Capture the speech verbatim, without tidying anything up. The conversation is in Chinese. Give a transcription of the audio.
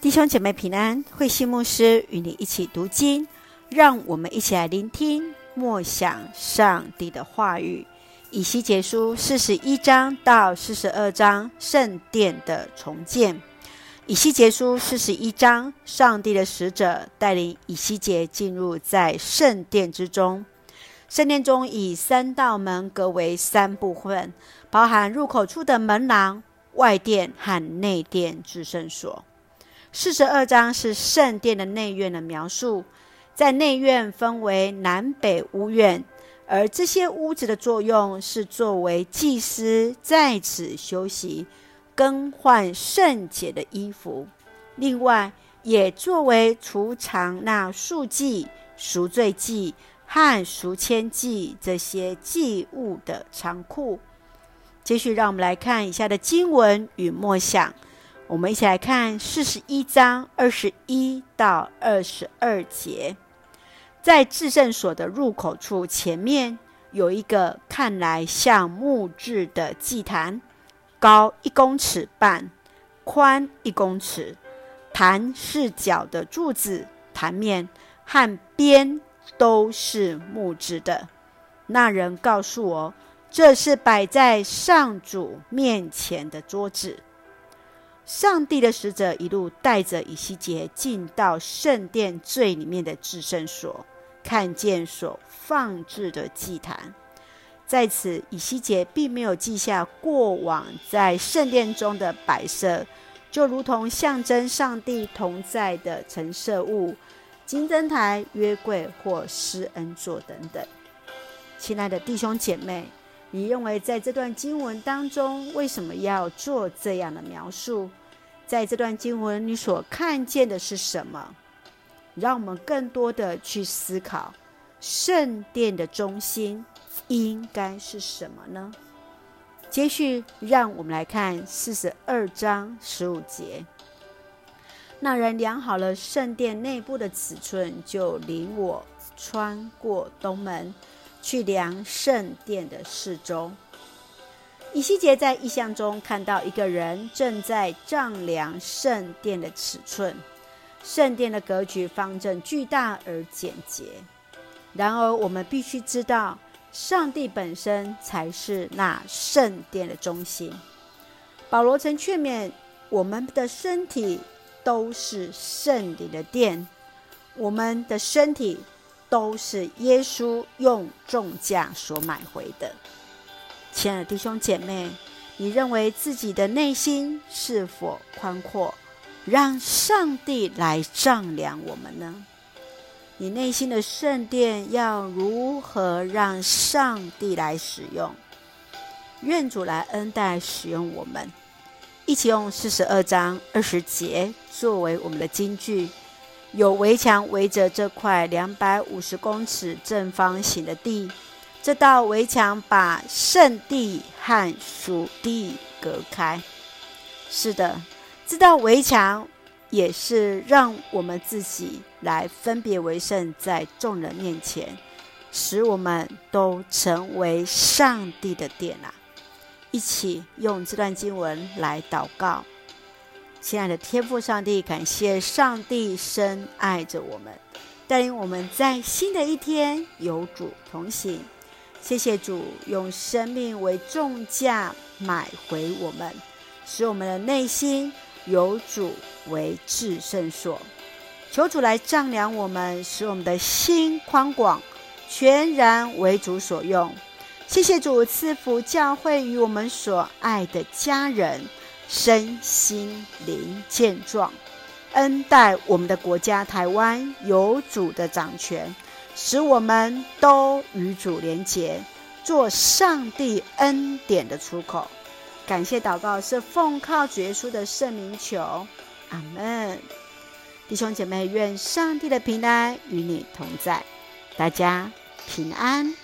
弟兄姐妹平安，慧馨牧师与你一起读经，让我们一起来聆听默想上帝的话语。以西结书四十一章到四十二章，圣殿的重建。以西结书四十一章，上帝的使者带领以西结进入在圣殿之中。圣殿中以三道门隔为三部分，包含入口处的门廊、外殿和内殿至圣所。四十二章是圣殿的内院的描述，在内院分为南北屋院，而这些屋子的作用是作为祭司在此休息，更换圣洁的衣服，另外也作为储藏那赎祭、赎罪祭和赎愆祭这些祭物的仓库。继续让我们来看以下的经文与默想。我们一起来看四十一章二十一到二十二节。在至圣所的入口处前面有一个看来像木质的祭坛，高一公尺半，宽一公尺，坛是角的柱子，坛面和边都是木质的。那人告诉我，这是摆在上主面前的桌子。上帝的使者一路带着以西结进到圣殿最里面的至圣所，看见所放置的祭坛。在此，以西结并没有记下过往在圣殿中的摆设，就如同象征上帝同在的陈设物、金灯台、约柜或施恩座等等。亲爱的弟兄姐妹，你认为在这段经文当中，为什么要做这样的描述？在这段经文，你所看见的是什么？让我们更多的去思考，圣殿的中心应该是什么呢？接续，让我们来看四十二章十五节。那人量好了圣殿内部的尺寸，就领我穿过东门，去量圣殿的四周。以西结在异象中看到一个人正在丈量圣殿的尺寸，圣殿的格局方正巨大而简洁。然而我们必须知道，上帝本身才是那圣殿的中心。保罗曾劝勉我们的身体都是圣灵的殿，我们的身体都是耶稣用重价所买回的。亲爱的弟兄姐妹，你认为自己的内心是否宽阔，让上帝来丈量我们呢？你内心的圣殿要如何让上帝来使用？愿主来恩待使用我们。一起用四十二章二十节作为我们的金句。有围墙围着这块两百五十公尺正方形的地，这道围墙把圣地和属地隔开。是的，这道围墙也是让我们自己来分别为圣，在众人面前，使我们都成为上帝的殿啊！一起用这段经文来祷告。亲爱的天父上帝，感谢上帝深爱着我们，带领我们在新的一天有主同行。谢谢主用生命为重价买回我们，使我们的内心有主为至圣所。求主来丈量我们，使我们的心宽广，全然为主所用。谢谢主赐福教会与我们所爱的家人身心灵健壮，恩待我们的国家台湾有主的掌权，使我们都与主连结，做上帝恩典的出口。感谢祷告是奉靠主耶稣的圣名求，阿们。弟兄姐妹，愿上帝的平安与你同在，大家平安。